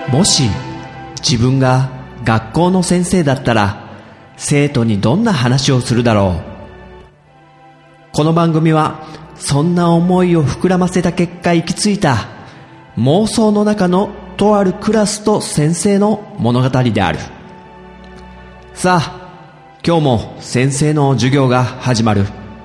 もし自分が学校の先生だったら生徒にどんな話をするだろう。この番組はそんな思いを膨らませた結果行き着いた妄想の中のとあるクラスと先生の物語である。さあ、今日も先生の授業が始まる。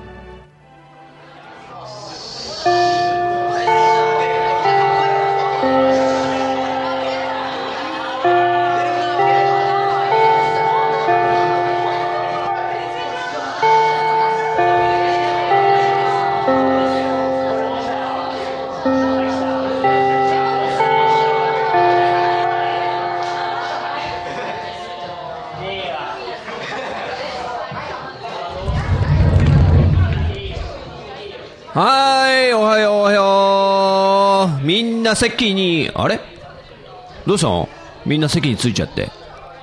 はい、おはようおはよう。みんな席に、あれどうしたの？みんな席についちゃって。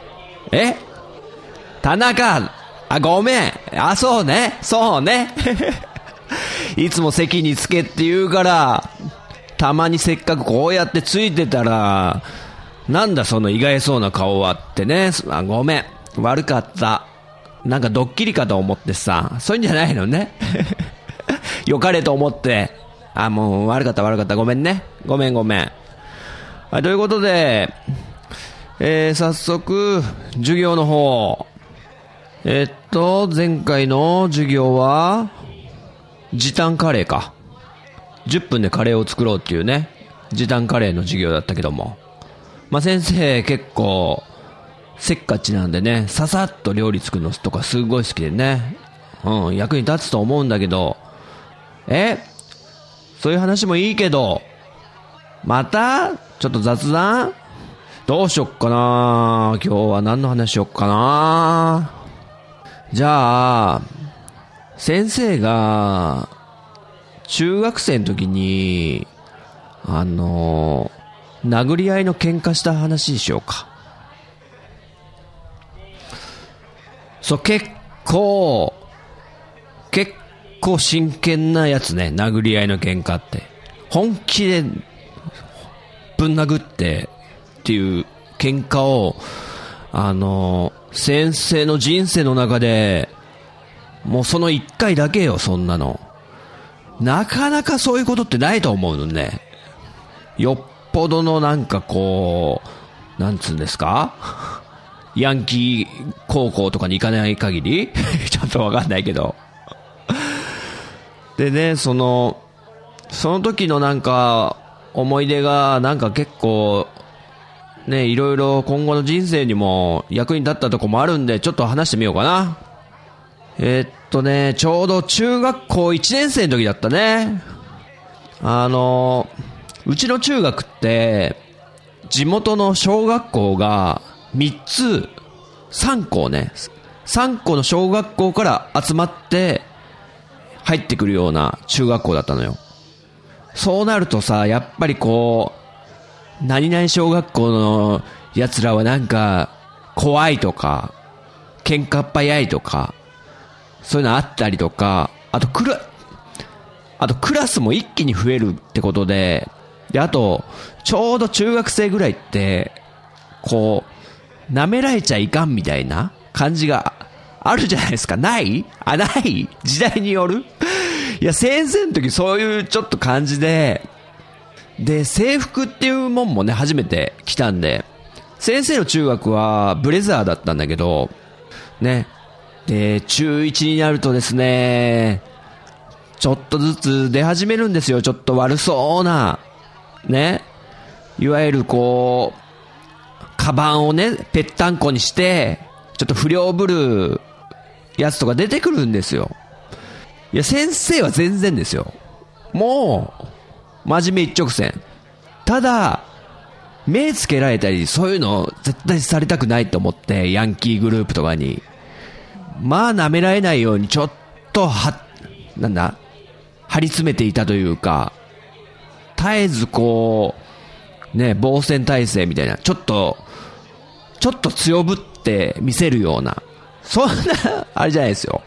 田中、ごめん。そうね。いつも席につけって言うから、たまにせっかくこうやってついてたら、なんだその意外そうな顔はってね。ごめん。悪かった。なんかドッキリかと思ってさ、そういうんじゃないのね。よかれと思って。もう悪かった。ごめんね。ごめん。はい、ということで、早速、授業の方。前回の授業は、時短カレーか。10分でカレーを作ろうっていうね、時短カレーの授業だったけども。先生結構、せっかちなんでね、ささっと料理作るのとかすごい好きでね。役に立つと思うんだけど、そういう話もいいけど、またちょっと雑談どうしよっかな。今日は何の話しよっかな。じゃあ、先生が中学生の時に殴り合いの喧嘩した話にしようか。そう、結構真剣なやつね。殴り合いの喧嘩って本気でぶん殴ってっていう喧嘩を先生の人生の中でもうその一回だけよ。そんなのなかなかそういうことってないと思うのね。よっぽどのなんかこうなんつうんですか、ヤンキー高校とかに行かない限りちょっとわかんないけど。でね、その時のなんか思い出がなんか結構ね、いろいろ今後の人生にも役に立ったとこもあるんで、ちょっと話してみようかな。ちょうど中学校1年生の時だったね。うちの中学って地元の小学校が3校の小学校から集まって入ってくるような中学校だったのよ。そうなるとさ、やっぱりこう何々小学校の奴らはなんか怖いとか喧嘩っ早いとかそういうのあったりとか、あとクラスも一気に増えるってことで、あとちょうど中学生ぐらいってこう舐められちゃいかんみたいな感じがあるじゃないですか。ない時代による。いや、先生の時そういうちょっと感じで、制服っていうもんもね、初めて来たんで、先生の中学はブレザーだったんだけど、ね。で、中1になるとですね、ちょっとずつ出始めるんですよ。ちょっと悪そうな、ね。いわゆるこう、カバンをね、ぺったんこにして、ちょっと不良ぶるやつとか出てくるんですよ。いや、先生は全然ですよ。もう真面目一直線。ただ目つけられたりそういうの絶対されたくないと思って、ヤンキーグループとかに舐められないようにちょっと張り詰めていたというか、絶えずこうね、防戦態勢みたいな、ちょっと強ぶって見せるような、そんなあれじゃないですよ。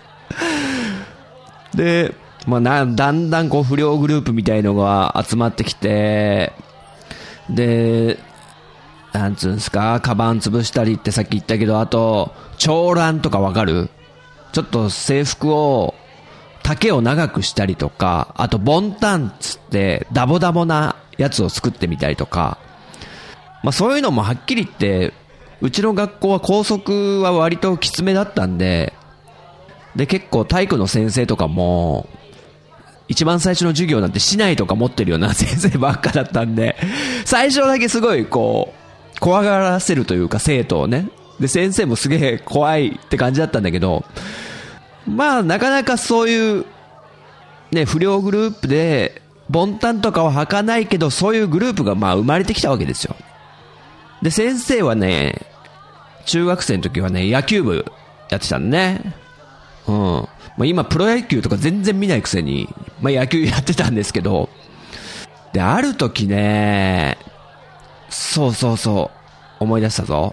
で、だんだんこう不良グループみたいのが集まってきて、でなんつうんすか、カバン潰したりってさっき言ったけど、あと、長乱とかわかる？ちょっと制服を、丈を長くしたりとか、あと、ボンタンつって、ダボダボなやつを作ってみたりとか、まあそういうのもはっきり言って、うちの学校は校則は割ときつめだったんで、で結構体育の先生とかも、一番最初の授業なんて市内とか持ってるような先生ばっかだったんで、最初だけすごいこう、怖がらせるというか生徒をね。で先生もすげえ怖いって感じだったんだけど、まあなかなかそういう、ね、不良グループで、ボンタンとかは履かないけど、そういうグループがまあ生まれてきたわけですよ。で先生はね、中学生の時はね、野球部やってたんね。うん。まあ、今プロ野球とか全然見ないくせに、まあ、野球やってたんですけど、である時ね、そう思い出したぞ。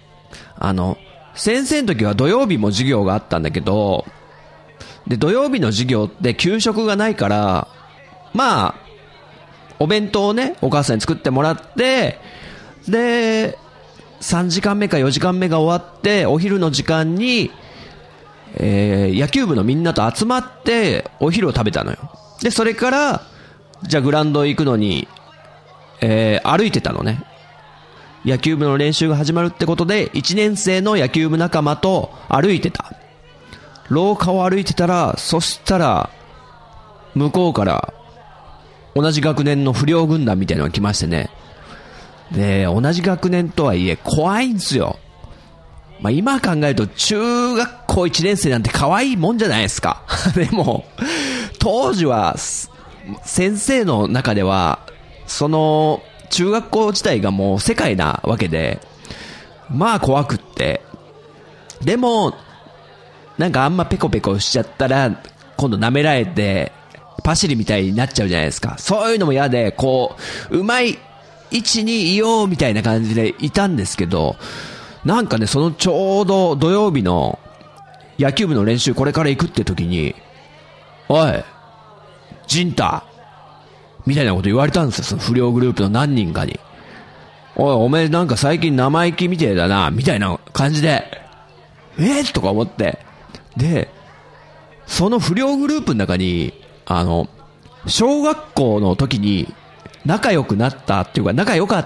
先生の時は土曜日も授業があったんだけど、で土曜日の授業って給食がないから、まあお弁当をね、お母さんに作ってもらって、で3時間目か4時間目が終わって、お昼の時間に、野球部のみんなと集まってお昼を食べたのよ。でそれからじゃあグラウンド行くのに、歩いてたのね。野球部の練習が始まるってことで、1年生の野球部仲間と歩いてた。廊下を歩いてたら、そしたら向こうから同じ学年の不良軍団みたいなのが来ましてね。で同じ学年とはいえ怖いんですよ。まあ今考えると中学校1年生なんて可愛いもんじゃないですか。でも当時は先生の中ではその中学校自体がもう世界なわけで、まあ怖くって、でもなんかあんまペコペコしちゃったら今度舐められてパシリみたいになっちゃうじゃないですか。そういうのも嫌で、こううまい位置にいようみたいな感じでいたんですけど、なんかね、そのちょうど土曜日の野球部の練習これから行くって時に、おいジンタみたいなこと言われたんですよ。その不良グループの何人かに。おめえなんか最近生意気みてえだなみたいな感じで、とか思って、でその不良グループの中に小学校の時に仲良くなったっていうか仲良かった、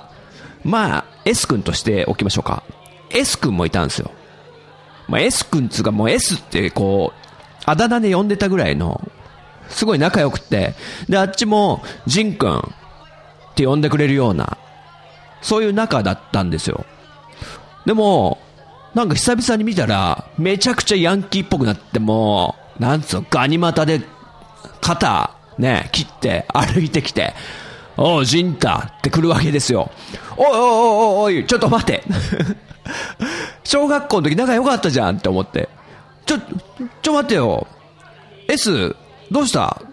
まあ S 君としておきましょうか。 S 君もいたんですよ。まあ、S 君つうかもう S ってこうあだ名で呼んでたぐらいのすごい仲良くて、であっちもジン君って呼んでくれるようなそういう仲だったんですよ。でもなんか久々に見たらめちゃくちゃヤンキーっぽくなって、もうなんつうのガニ股で肩ね切って歩いてきて、おうジンタって来るわけですよ。おいちょっと待て小学校の時仲良かったじゃんって思って、ちょ待てよ S どうした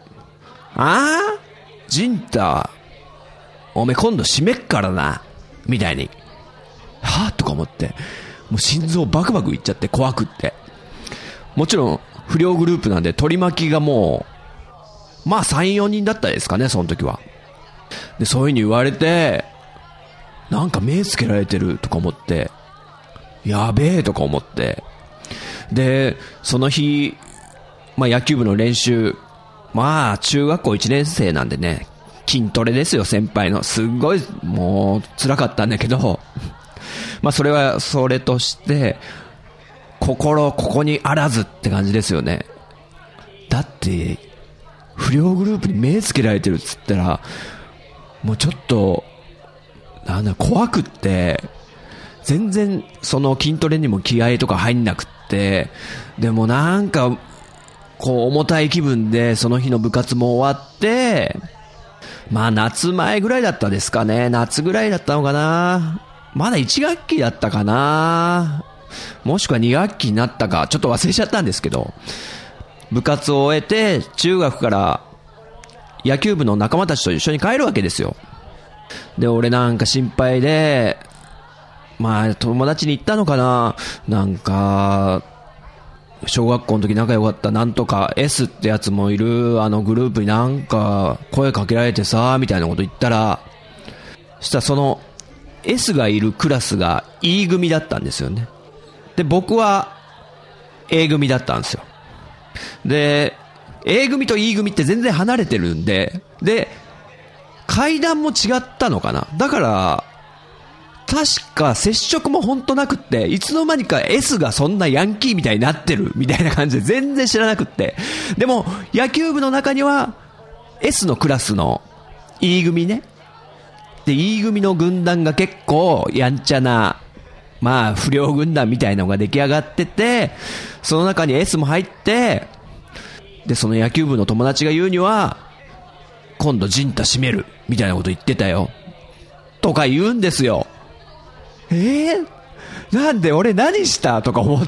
ジンタおめ今度締めっからなみたいにとか思って、もう心臓バクバクいっちゃって怖くって、もちろん不良グループなんで取り巻きがもうまあ 3,4 人だったですかねその時は。でそういう風に言われて、なんか目つけられてるとか思って、やべえとか思って、でその日、まあ野球部の練習、まあ中学校1年生なんでね、筋トレですよ先輩の。すっごいもう辛かったんだけどまあそれはそれとして、ここにあらずって感じですよね。だって不良グループに目つけられてるっつったらもうちょっと怖くって、全然その筋トレにも気合とか入んなくって、でもなんかこう重たい気分でその日の部活も終わって、まあ夏前ぐらいだったですかね、夏ぐらいだったのかな、まだ1学期だったかな、もしくは2学期になったかちょっと忘れちゃったんですけど、部活を終えて中学から野球部の仲間たちと一緒に帰るわけですよ。で俺なんか心配で、まあ友達に言ったのかな、なんか小学校の時仲良かったなんとか S ってやつもいるあのグループになんか声かけられてさみたいなこと言ったら、そしたらその S がいるクラスが E 組だったんですよね。で、僕は A 組だったんですよ。で、A 組と E 組って全然離れてるんで、で、階段も違ったのかな。だから、確か接触も本当なくって、いつの間にか S がそんなヤンキーみたいになってるみたいな感じで全然知らなくって。でも、野球部の中には S のクラスの E 組ね。で、E 組の軍団が結構やんちゃな、まあ不良軍団みたいなのが出来上がってて、その中に S も入って、で、その野球部の友達が言うには、今度ジンタ閉めるみたいなこと言ってたよとか言うんですよ。なんで俺何したとか思って、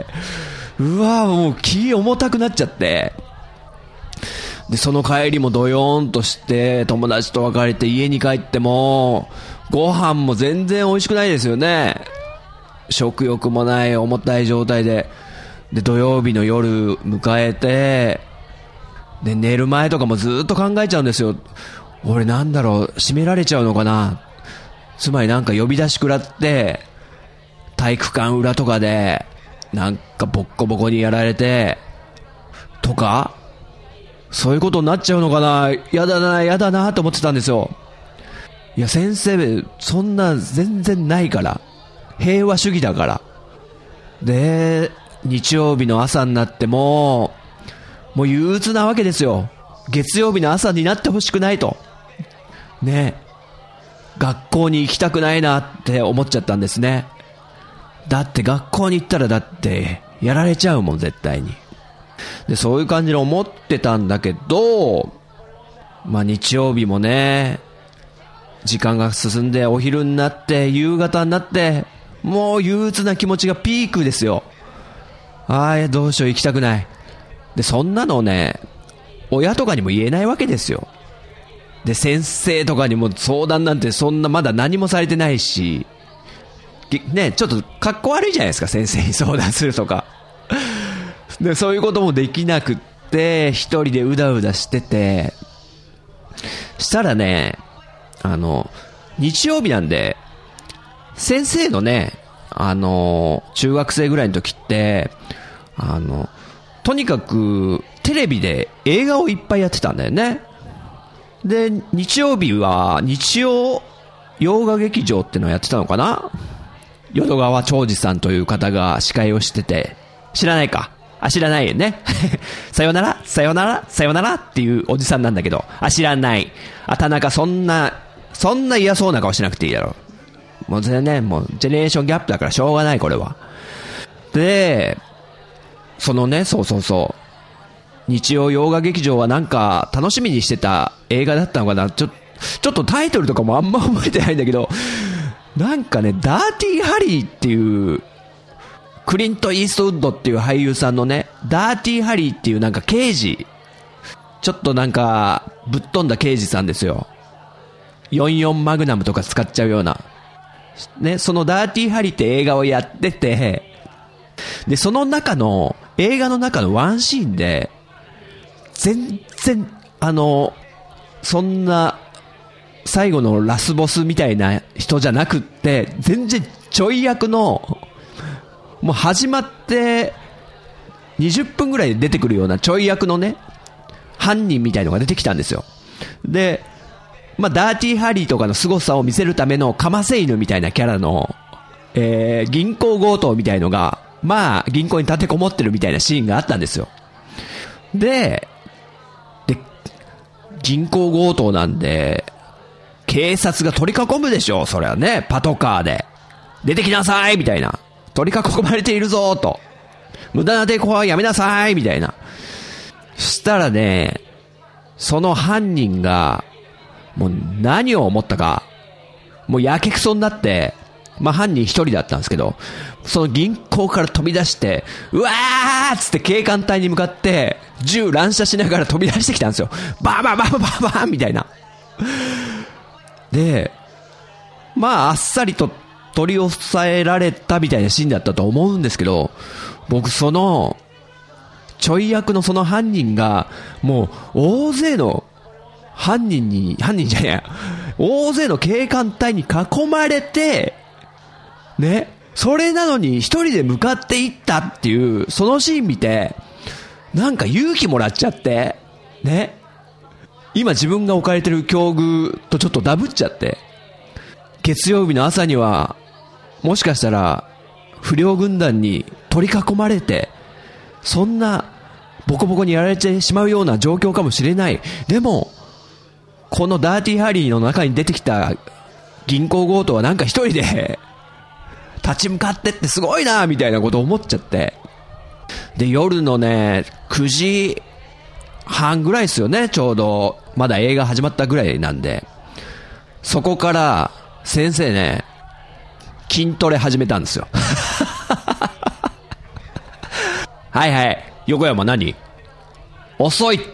うわもう気重たくなっちゃって、でその帰りもドヨーンとして友達と別れて家に帰ってもご飯も全然美味しくないですよね。食欲もない重たい状態で、で土曜日の夜迎えて、で寝る前とかもずっと考えちゃうんですよ。俺なんだろう、閉められちゃうのかな。つまりなんか呼び出し食らって体育館裏とかでなんかボッコボコにやられてとか、そういうことになっちゃうのかな。やだなと思ってたんですよ。いや先生そんな全然ないから、平和主義だから。で日曜日の朝になってもう憂鬱なわけですよ。月曜日の朝になってほしくないとね。学校に行きたくないなって思っちゃったんですね。だって学校に行ったらだってやられちゃうもん絶対に。でそういう感じで思ってたんだけど、まあ日曜日もね時間が進んでお昼になって夕方になってもう憂鬱な気持ちがピークですよ。どうしよう行きたくない。でそんなのね親とかにも言えないわけですよ。で先生とかにも相談なんてそんなまだ何もされてないしね、ちょっとかっこ悪いじゃないですか先生に相談するとかでそういうこともできなくって一人でうだうだしてて、したらね日曜日なんで先生のね中学生ぐらいの時ってとにかくテレビで映画をいっぱいやってたんだよね。で日曜日は日曜洋画劇場ってのをやってたのかな。淀川長司さんという方が司会をしてて、知らないか。知らないよねさよならさよならさよならっていうおじさんなんだけど、知らない。田中そんな嫌そうな顔しなくていいだろう。もう全然もうジェネレーションギャップだからしょうがないこれは。でそのねそう日曜洋画劇場はなんか楽しみにしてた映画だったのかな。ちょっとタイトルとかもあんま覚えてないんだけど、なんかねダーティーハリーっていうクリント・イーストウッドっていう俳優さんのね、ダーティーハリーっていうなんか刑事、ちょっとなんかぶっ飛んだ刑事さんですよ。44マグナムとか使っちゃうようなね。そのダーティーハリーって映画をやってて、でその中の映画の中のワンシーンで全然そんな最後のラスボスみたいな人じゃなくって、全然ちょい役のもう始まって20分ぐらいで出てくるようなちょい役のね犯人みたいのが出てきたんですよ。でまあダーティーハリーとかの凄さを見せるためのカマセイヌみたいなキャラの、銀行強盗みたいのがまあ銀行に立てこもってるみたいなシーンがあったんですよ。で銀行強盗なんで警察が取り囲むでしょそれはね。パトカーで出てきなさいみたいな、取り囲まれているぞと、無駄な抵抗はやめなさいみたいな。したらねその犯人がもう何を思ったか、もうやけくそになって、まあ犯人一人だったんですけど、その銀行から飛び出してうわーっつって警官隊に向かって銃乱射しながら飛び出してきたんですよ。バーバーバーバーバーみたいな。でまああっさりと取り押さえられたみたいなシーンだったと思うんですけど、僕そのちょい役のその犯人がもう大勢の犯人じゃね大勢の警官隊に囲まれて、ね、それなのに一人で向かっていったっていう、そのシーン見て、なんか勇気もらっちゃって、ね。今自分が置かれてる境遇とちょっとダブっちゃって、月曜日の朝には、もしかしたら、不良軍団に取り囲まれて、そんな、ボコボコにやられてしまうような状況かもしれない。でも、このダーティーハリーの中に出てきた銀行強盗はなんか一人で、立ち向かってってすごいなみたいなことを思っちゃって。で、夜のね、9時半ぐらいですよね、ちょうど。まだ映画始まったぐらいなんで。そこから、先生ね、筋トレ始めたんですよ。はいはい。横山何？遅いって。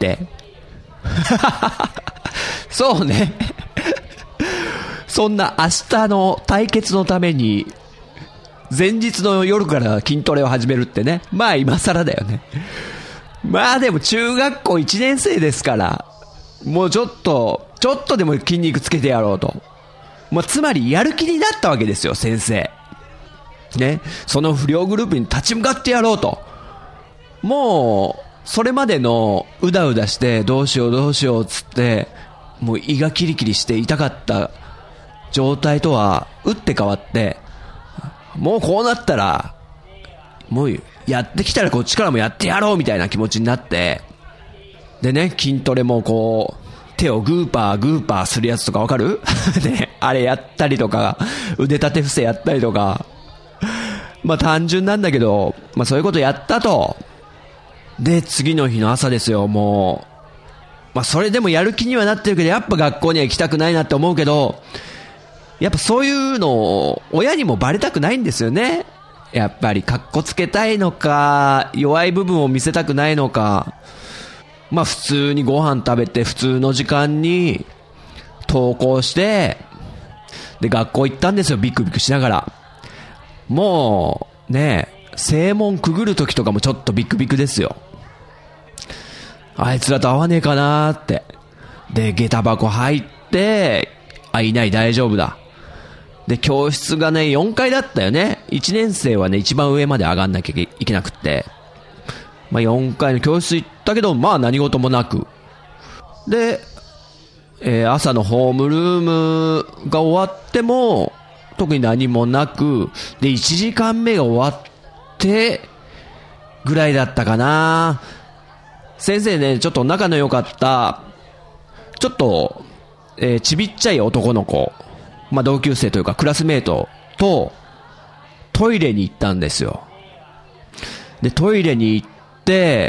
そうね。そんな明日の対決のために、前日の夜から筋トレを始めるってね。まあ今更だよね。まあでも中学校1年生ですから、もうちょっとでも筋肉つけてやろうと。まあつまりやる気になったわけですよ、先生。ね。その不良グループに立ち向かってやろうと。もう、それまでのうだうだしてどうしようつって、もう胃がキリキリして痛かった状態とは打って変わって、もうこうなったら、もうやってきたらこっちからもやってやろうみたいな気持ちになって、でね、筋トレもこう、手をグーパーするやつとかわかる？ね、あれやったりとか、腕立て伏せやったりとか、まあ単純なんだけど、まあそういうことやったと。で、次の日の朝ですよ、もう。まあそれでもやる気にはなってるけど、やっぱ学校には行きたくないなって思うけど、やっぱそういうのを親にもバレたくないんですよね。やっぱりカッコつけたいのか、弱い部分を見せたくないのか。まあ普通にご飯食べて普通の時間に登校して、で学校行ったんですよ、ビクビクしながら。もうね、正門くぐる時とかもちょっとビクビクですよ。あいつらと会わねえかなーって。で下駄箱入って、いない大丈夫だ。で教室がね4階だったよね。1年生はね一番上まで上がんなきゃいけなくって、まあ4階の教室行ったけど、まあ何事もなく。で、朝のホームルームが終わっても特に何もなく、で1時間目が終わってぐらいだったかな。先生ね、ちょっと仲の良かったちょっと、ちびっちゃい男の子、まあ同級生というかクラスメートとトイレに行ったんですよ。でトイレに行って、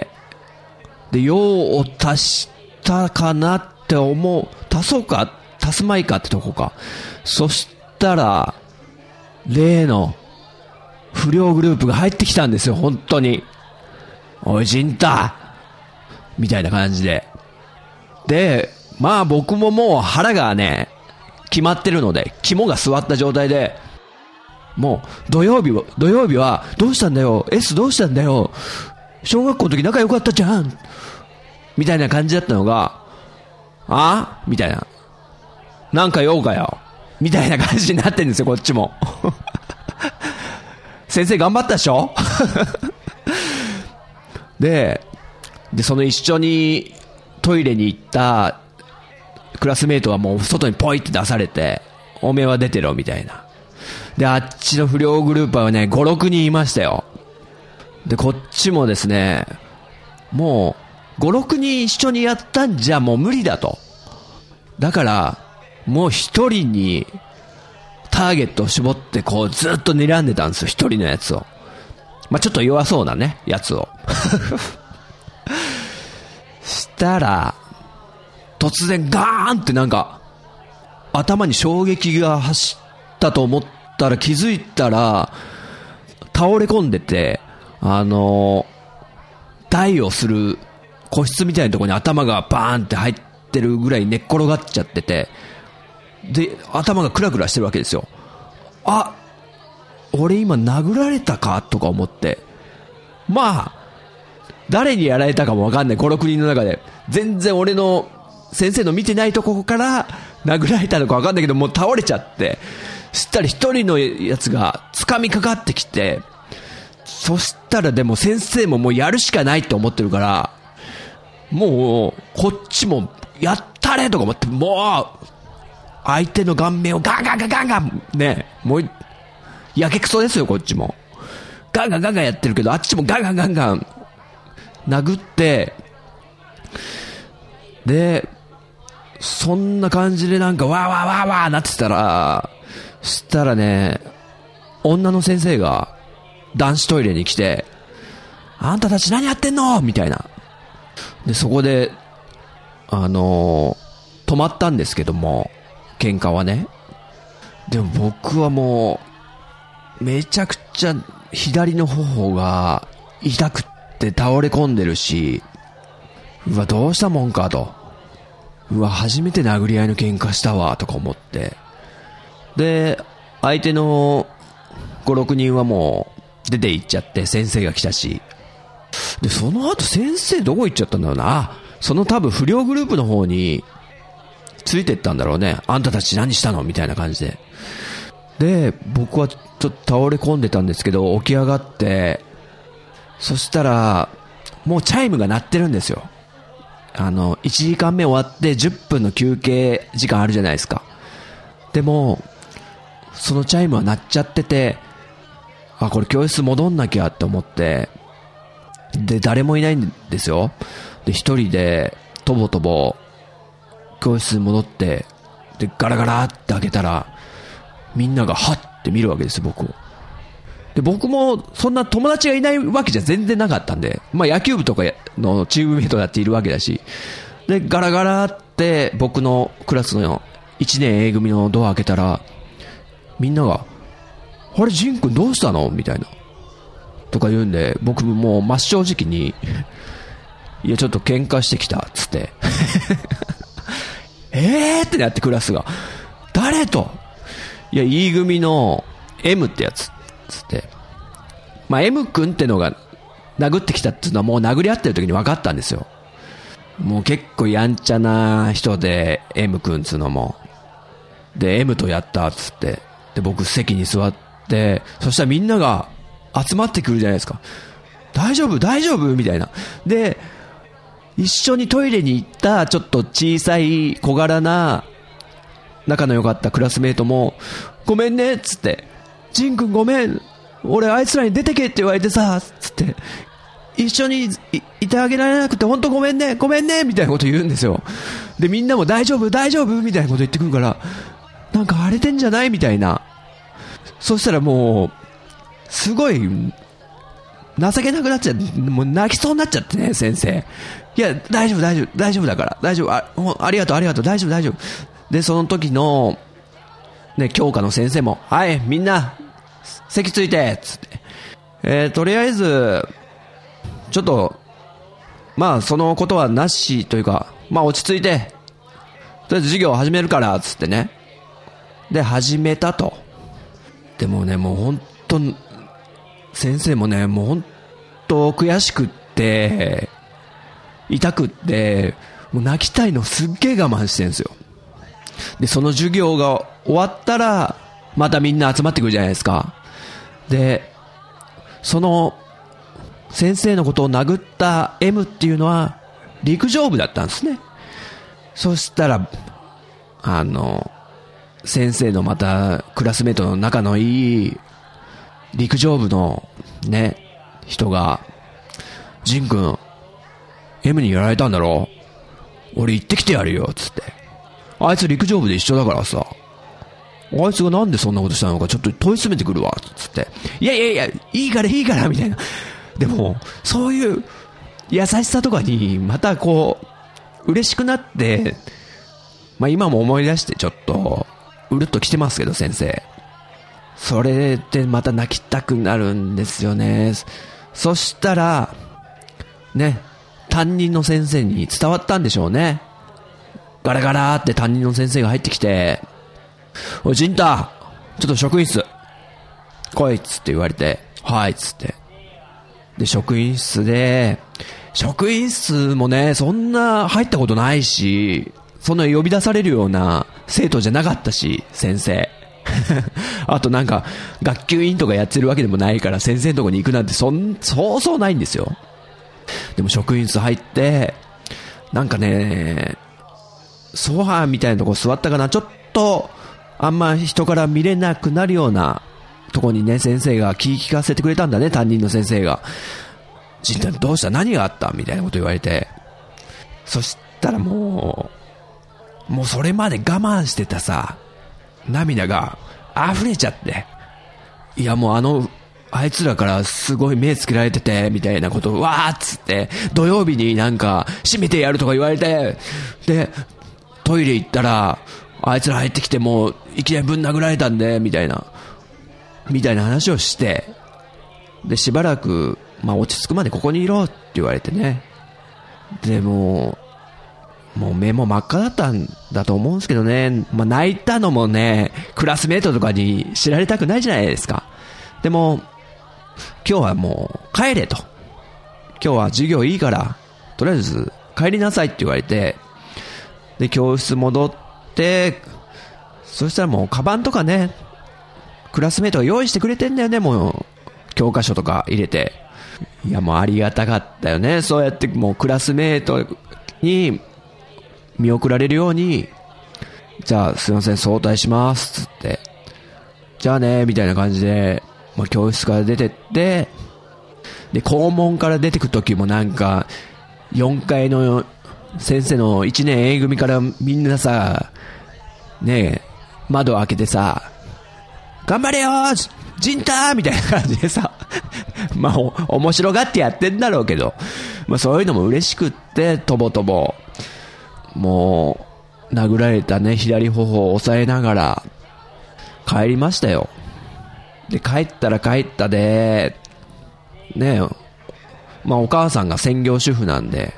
で用を足したかなって足そうか足すまいかってとこか。そしたら例の不良グループが入ってきたんですよ。本当におい陣太みたいな感じで。でまあ僕ももう腹がね決まってるので、肝が据わった状態で、もう土曜日はどうしたんだよ S どうしたんだよ、小学校の時仲良かったじゃんみたいな感じだったのが、みたいな、なんか用かよみたいな感じになってるんですよ、こっちも。先生頑張ったでしょ。でその一緒にトイレに行ったクラスメートはもう外にポイって出されて、おめえは出てろみたいな。であっちの不良グループはね 5,6 人いましたよ。でこっちもですね、もう 5,6 人一緒にやったんじゃもう無理だと。だからもう一人にターゲットを絞ってこうずっと睨んでたんですよ、一人のやつを。まあちょっと弱そうなねやつを。したら突然ガーンってなんか頭に衝撃が走ったと思ったら、気づいたら倒れ込んでて、台をする個室みたいなところに頭がバーンって入ってるぐらい寝っ転がっちゃってて、で頭がクラクラしてるわけですよ。俺今殴られたかとか思って、まあ誰にやられたかもわかんない 5,6 人の中で全然俺の先生の見てないところから殴られたのか分かんないけど、もう倒れちゃって、そしたら一人のやつが掴みかかってきて、そしたらでも先生ももうやるしかないと思ってるから、もうこっちもやったれとか思って、もう相手の顔面をガンガンガンガンガンね、もうやけくそですよ。こっちもガンガンガンガンやってるけど、あっちもガンガンガンガン殴って、でそんな感じでなんかわーわーわーわーなってたら、したらね、女の先生が男子トイレに来て、あんたたち何やってんのみたいな。でそこで止まったんですけども、喧嘩はね。でも僕はもうめちゃくちゃ左の頬が痛くって倒れ込んでるし、うわどうしたもんかと、うわ初めて殴り合いの喧嘩したわとか思って、で相手の 5,6 人はもう出て行っちゃって、先生が来たし、でその後先生どこ行っちゃったんだろうな。その多分不良グループの方についてったんだろうね。あんたたち何したのみたいな感じで。で僕はちょっと倒れ込んでたんですけど、起き上がって、そしたらもうチャイムが鳴ってるんですよ。1時間目終わって10分の休憩時間あるじゃないですか。でもそのチャイムは鳴っちゃってて、あ、これ教室戻んなきゃって思って、で誰もいないんですよ。で一人でとぼとぼ教室に戻って、でガラガラって開けたら、みんながはって見るわけですよ、僕を。で僕もそんな友達がいないわけじゃ全然なかったんで、まあ野球部とかのチームメイトだっているわけだし、でガラガラって僕のクラスの1年 A 組のドア開けたら、みんながあれジン君どうしたのみたいなとか言うんで、僕もう真正直にいやちょっと喧嘩してきたっつってってなって、クラスが誰と、いや E 組の M ってやつつって、まあ M 君ってのが殴ってきたっていうのはもう殴り合ってる時に分かったんですよ。もう結構やんちゃな人で M 君つうのも、で M とやったっつって、で僕席に座って、そしたらみんなが集まってくるじゃないですか。大丈夫大丈夫みたいな。で一緒にトイレに行ったちょっと小さい小柄な仲の良かったクラスメイトも、ごめんねっつって、ジン君ごめん、俺あいつらに出てけって言われてさつって、一緒に いてあげられなくて本当ごめんねごめんねみたいなこと言うんですよ。でみんなも大丈夫大丈夫みたいなこと言ってくるから、なんか荒れてんじゃないみたいな。そしたらもうすごい情けなくなっちゃって、もう泣きそうになっちゃってね、先生。いや大丈夫大丈夫大丈夫だから大丈夫、ありがとうありがとう大丈夫大丈夫で、その時のね教科の先生も、はいみんな席ついてっつって、とりあえずちょっとまあそのことはなしというか、まあ落ち着いてとりあえず授業を始めるからっつってね。で始めたと。でもね、もう本当先生もね、もう本当悔しくって痛くって、もう泣きたいのすっげえ我慢してるんですよ。でその授業が終わったらまたみんな集まってくるじゃないですか。でその先生のことを殴った M っていうのは陸上部だったんですね。そしたら先生のまたクラスメートの仲のいい陸上部のね人が、ジン君 M にやられたんだろ、俺行ってきてやるよつって、あいつ陸上部で一緒だからさ、あいつがなんでそんなことしたのかちょっと問い詰めてくるわつって、いやいやいやいいからいいからみたいな。でもそういう優しさとかにまたこう嬉しくなって、まあ今も思い出してちょっとうるっと来てますけど、先生それでまた泣きたくなるんですよね。そしたらね、担任の先生に伝わったんでしょうね。ガラガラって担任の先生が入ってきて、おいジンタちょっと職員室来いっつって言われて、はいっつって、で職員室もねそんな入ったことないし、 その呼び出されるような生徒じゃなかったし、先生。あとなんか、学級委員とかやってるわけでもないから、先生のとこに行くなんてそうそうないんですよ。でも職員室入って、なんかね、ソファーみたいなとこ座ったかな、ちょっと、あんま人から見れなくなるようなとこにね、先生が聞かせてくれたんだね、担任の先生が。じんたんどうした？何があった？みたいなこと言われて。そしたらもうそれまで我慢してたさ、涙が溢れちゃって。いやもうあいつらからすごい目つけられてて、みたいなことをわーっつって、土曜日になんか閉めてやるとか言われて、で、トイレ行ったら、あいつら入ってきてもういきなりぶん殴られたんで、みたいな話をして、で、しばらく、落ち着くまでここにいろって言われてね。で、もう目も真っ赤だったんだと思うんですけどね。泣いたのもね、クラスメートとかに知られたくないじゃないですか。でも、今日はもう帰れと。今日は授業いいから、とりあえず帰りなさいって言われて、で、教室戻って、そしたらもうカバンとかね、クラスメートが用意してくれてんだよね、もう、教科書とか入れて。いやもうありがたかったよね。そうやってもうクラスメートに見送られるように、じゃあすいません早退しますつって、じゃあねみたいな感じで、教室から出てって、で校門から出てく時もなんか4階の先生の1年 A 組からみんなさ、ねえ窓を開けてさ、頑張れよジンターみたいな感じでさ、面白がってやってんだろうけど、そういうのも嬉しくって、とぼとぼもう殴られたね左頬を押さえながら帰りましたよ。で帰ったら帰ったでねえ、お母さんが専業主婦なんで、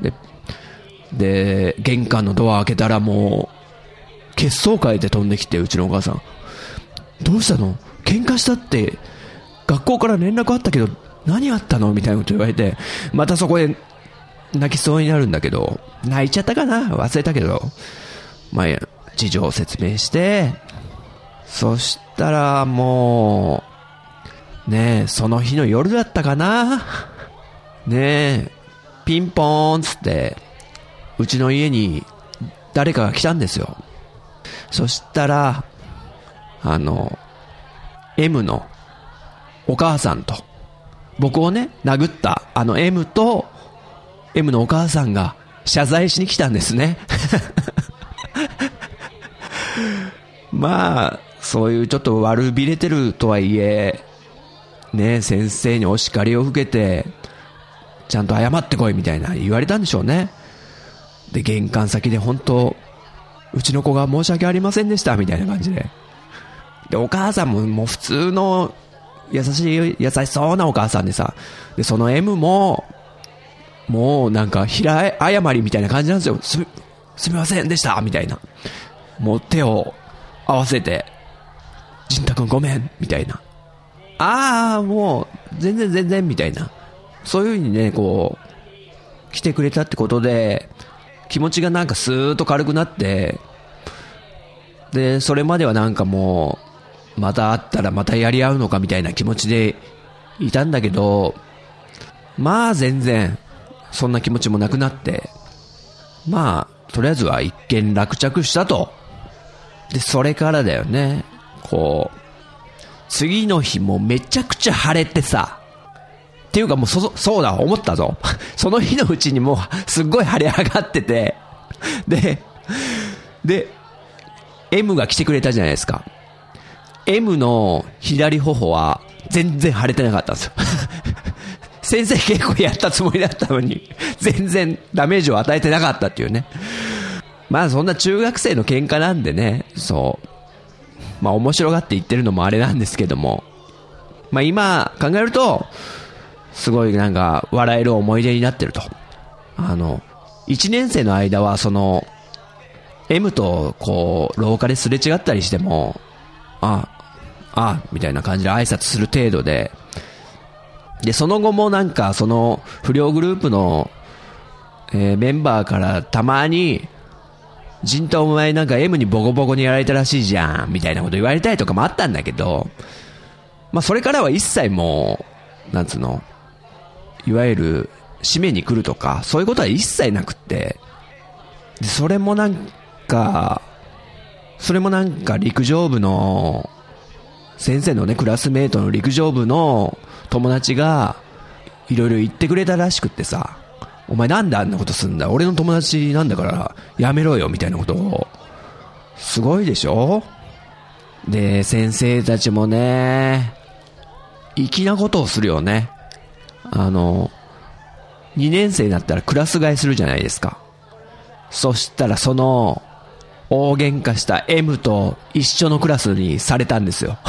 で玄関のドア開けたらもう血相変えて飛んできて、うちのお母さん、どうしたの？喧嘩したって学校から連絡あったけど何あったの？みたいなこと言われて、またそこで泣きそうになるんだけど、泣いちゃったかな忘れたけど、事情を説明して、そしたらもうねえ、その日の夜だったかな、ねえピンポーンつってうちの家に誰かが来たんですよ。そしたらM のお母さんと、僕をね殴ったM と M のお母さんが謝罪しに来たんですね。そういうちょっと悪びれてるとはいえね、先生にお叱りを受けてちゃんと謝ってこいみたいな言われたんでしょうね。で玄関先で本当うちの子が申し訳ありませんでしたみたいな感じで、お母さんもう普通の優しそうなお母さんでさ、でその M ももうなんか平謝りみたいな感じなんですよ。すみませんでしたみたいな、もう手を合わせて、ジンタ君ごめんみたいな、もう全然みたいな、そういう風にねこう来てくれたってことで気持ちがなんかスーッと軽くなって、でそれまではなんかもうまた会ったらまたやり合うのかみたいな気持ちでいたんだけど、全然そんな気持ちもなくなって、とりあえずは一件落着したと。でそれからだよね、こう次の日もめちゃくちゃ晴れてさ、っていうかもうそうだ思ったぞ。その日のうちにもうすっごい晴れ上がってて、で M が来てくれたじゃないですか。M の左頬は全然腫れてなかったんですよ。先生結構やったつもりだったのに全然ダメージを与えてなかったっていうね。そんな中学生の喧嘩なんでね、面白がって言ってるのもあれなんですけども、今考えるとすごいなんか笑える思い出になってると。1年生の間はその M とこう廊下ですれ違ったりしてもみたいな感じで挨拶する程度で、その後もなんかその不良グループの、メンバーからたまに陣太お前なんか M にボコボコにやられたらしいじゃんみたいなこと言われたりとかもあったんだけど、まあそれからは一切もうなんつうの、いわゆる締めに来るとかそういうことは一切なくって、でそれもなんか陸上部の先生のね、クラスメートの陸上部の友達がいろいろ言ってくれたらしくってさ、お前なんであんなことすんだ、俺の友達なんだからやめろよみたいなことを、すごいでしょ。で先生たちもね、粋なことをするよね。2年生になったらクラス替えするじゃないですか。そしたらその大喧嘩した M と一緒のクラスにされたんですよ。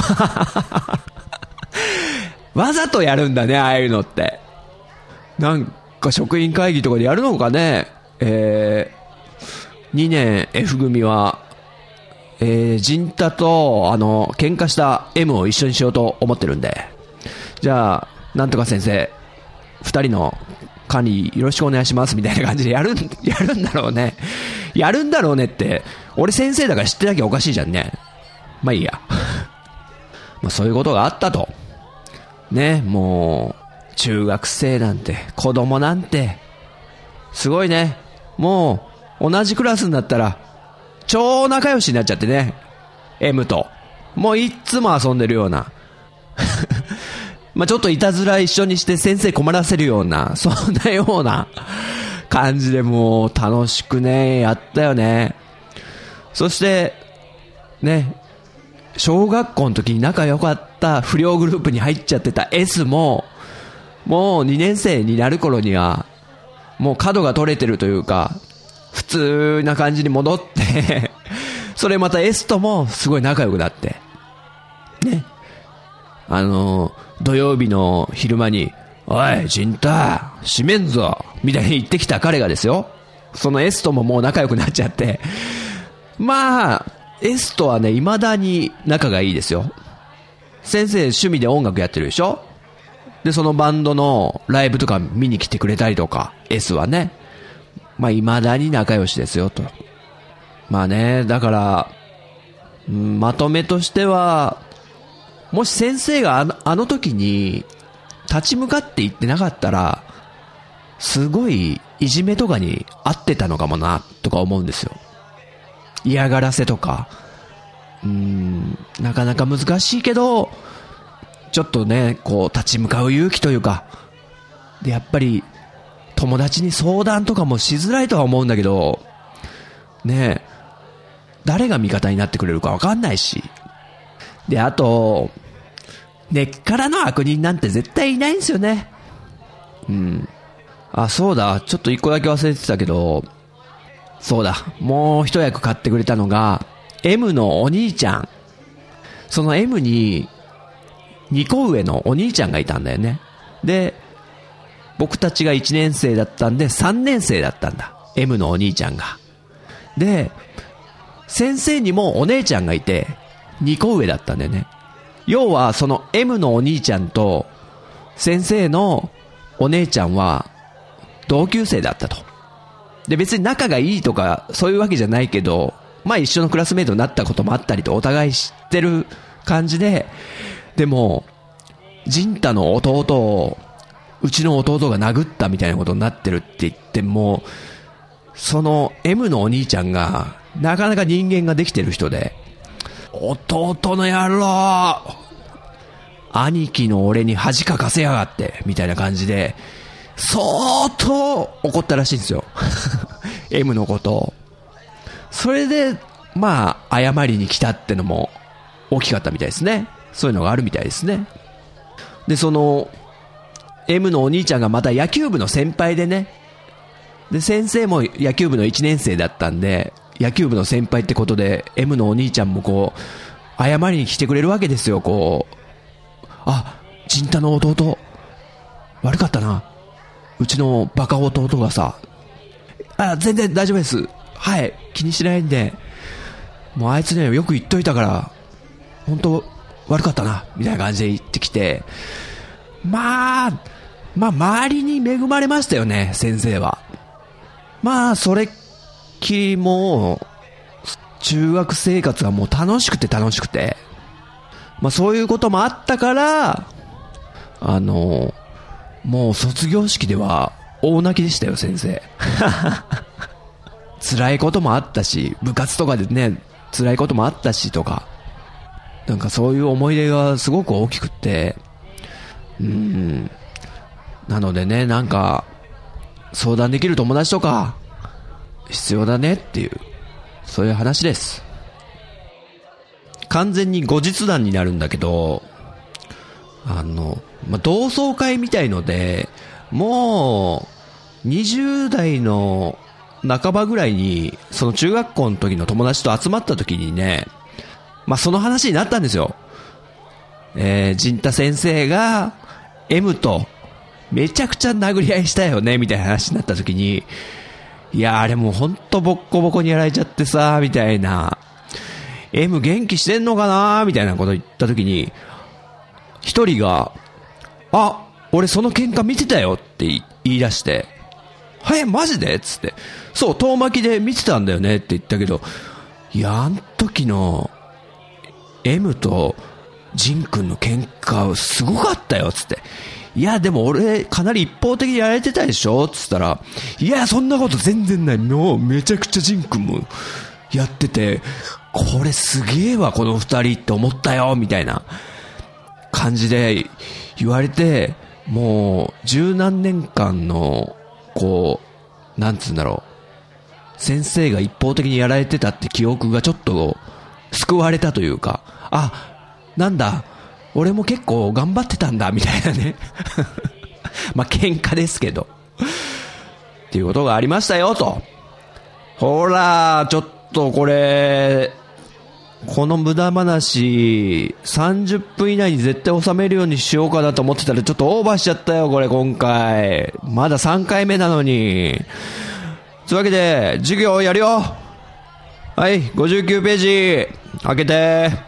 わざとやるんだね、ああいうのって。なんか職員会議とかでやるのかね。2年 F 組は、陣太と喧嘩した M を一緒にしようと思ってるんで、じゃあなんとか先生2人の管理よろしくお願いしますみたいな感じでやるんだろうね。やるんだろうねって、俺先生だから知ってなきゃおかしいじゃんね。まあいいや。まあそういうことがあったと。ね、もう、中学生なんて、子供なんて、すごいね。もう、同じクラスになったら、超仲良しになっちゃってね。M と。もういっつも遊んでるような。まあちょっといたずら一緒にして先生困らせるような、そんなような感じでもう楽しくね、やったよね。そして、ね、小学校の時に仲良かった不良グループに入っちゃってた S も、もう2年生になる頃には、もう角が取れてるというか、普通な感じに戻って、それまた S ともすごい仲良くなって、ね。土曜日の昼間に、おい、陣太、閉めんぞみたいに言ってきた彼がですよ、その S とももう仲良くなっちゃって、まあ、S とはね、未だに仲がいいですよ。先生趣味で音楽やってるでしょ。で、そのバンドのライブとか見に来てくれたりとか、S はね、まあ未だに仲良しですよと。まあね、だから、まとめとしては、もし先生があの時に立ち向かって言ってなかったら、すごいいじめとかに合ってたのかもなとか思うんですよ。嫌がらせとか、なかなか難しいけど、ちょっとね、こう立ち向かう勇気というか、でやっぱり友達に相談とかもしづらいとは思うんだけどね、誰が味方になってくれるか分かんないし、であと根っからの悪人なんて絶対いないんですよね。あ、そうだ、ちょっと一個だけ忘れてたけど、そうだ、もう一役買ってくれたのが M のお兄ちゃん。その M に2個上のお兄ちゃんがいたんだよね。で僕たちが1年生だったんで3年生だったんだ、 M のお兄ちゃんが。で先生にもお姉ちゃんがいて2個上だったんだよね。要はその M のお兄ちゃんと先生のお姉ちゃんは同級生だったと。で別に仲がいいとかそういうわけじゃないけど、まあ一緒のクラスメイトになったこともあったりと、お互い知ってる感じで、でも陣太の弟をうちの弟が殴ったみたいなことになってるって言っても、その M のお兄ちゃんがなかなか人間ができてる人で、弟の野郎、兄貴の俺に恥かかせやがってみたいな感じで相当怒ったらしいんですよ。M のことを。それでまあ謝りに来たってのも大きかったみたいですね。そういうのがあるみたいですね。でその M のお兄ちゃんがまた野球部の先輩でね、で先生も野球部の1年生だったんで、野球部の先輩ってことで M のお兄ちゃんもこう謝りに来てくれるわけですよ。こう、あ、陣太の弟悪かったな、うちのバカ弟がさ、あ、全然大丈夫です、はい、気にしないんで、もうあいつねよく言っといたから本当悪かったなみたいな感じで言ってきて、まあ周りに恵まれましたよね、先生は。まあそれっきりも中学生活がもう楽しくて、そういうこともあったから、もう卒業式では大泣きでしたよ、先生。辛いこともあったし、部活とかでね、辛いこともあったしとか、なんかそういう思い出がすごく大きくって、なのでね、なんか相談できる友達とか必要だねっていう、そういう話です。完全に後日談になるんだけど、同窓会みたいので、もう20代の半ばぐらいに、その中学校の時の友達と集まった時にね、その話になったんですよ。陣太先生が M とめちゃくちゃ殴り合いしたよねみたいな話になった時に、いやあれもうほんとボッコボコにやられちゃってさみたいな、 M 元気してんのかなみたいなこと言った時に、一人が俺その喧嘩見てたよって言い出して、マジでっつって、そう遠巻きで見てたんだよねって言ったけど、いやあん時の M とジン君の喧嘩すごかったよっつって、いやでも俺かなり一方的にやられてたでしょっつったら、いやそんなこと全然ない、もうめちゃくちゃジン君もやってて、これすげえわこの二人って思ったよみたいな感じで言われて、もう十何年間のこうなんつうんだろう、先生が一方的にやられてたって記憶がちょっと救われたというか、なんだ俺も結構頑張ってたんだみたいなね。喧嘩ですけどっていうことがありましたよと。ほらちょっとこの無駄話30分以内に絶対収めるようにしようかなと思ってたら、ちょっとオーバーしちゃったよこれ今回。まだ3回目なのに。というわけで授業やるよ。はい59ページ開けて。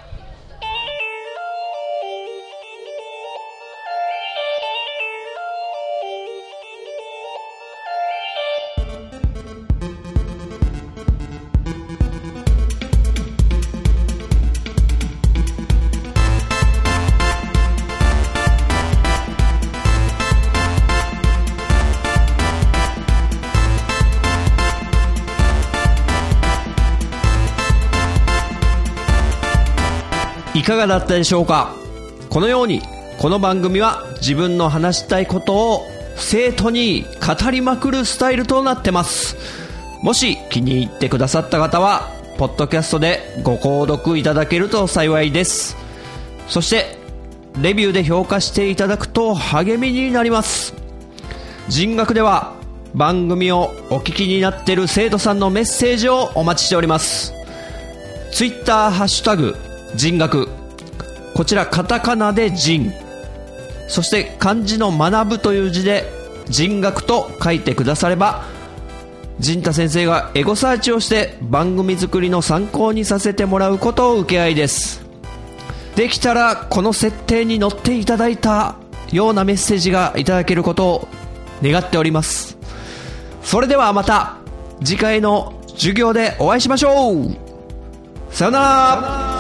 いかがだったでしょうか。このようにこの番組は自分の話したいことを生徒に語りまくるスタイルとなってます。もし気に入ってくださった方はポッドキャストでご購読いただけると幸いです。そしてレビューで評価していただくと励みになります。人学では番組をお聞きになっている生徒さんのメッセージをお待ちしております。ツイッターハッシュタグ人学、こちらカタカナで人、そして漢字の学ぶという字で人学と書いてくだされば、陣太先生がエゴサーチをして番組作りの参考にさせてもらうことを受け合いです。できたらこの設定に載っていただいたようなメッセージがいただけることを願っております。それではまた次回の授業でお会いしましょう。さよなら。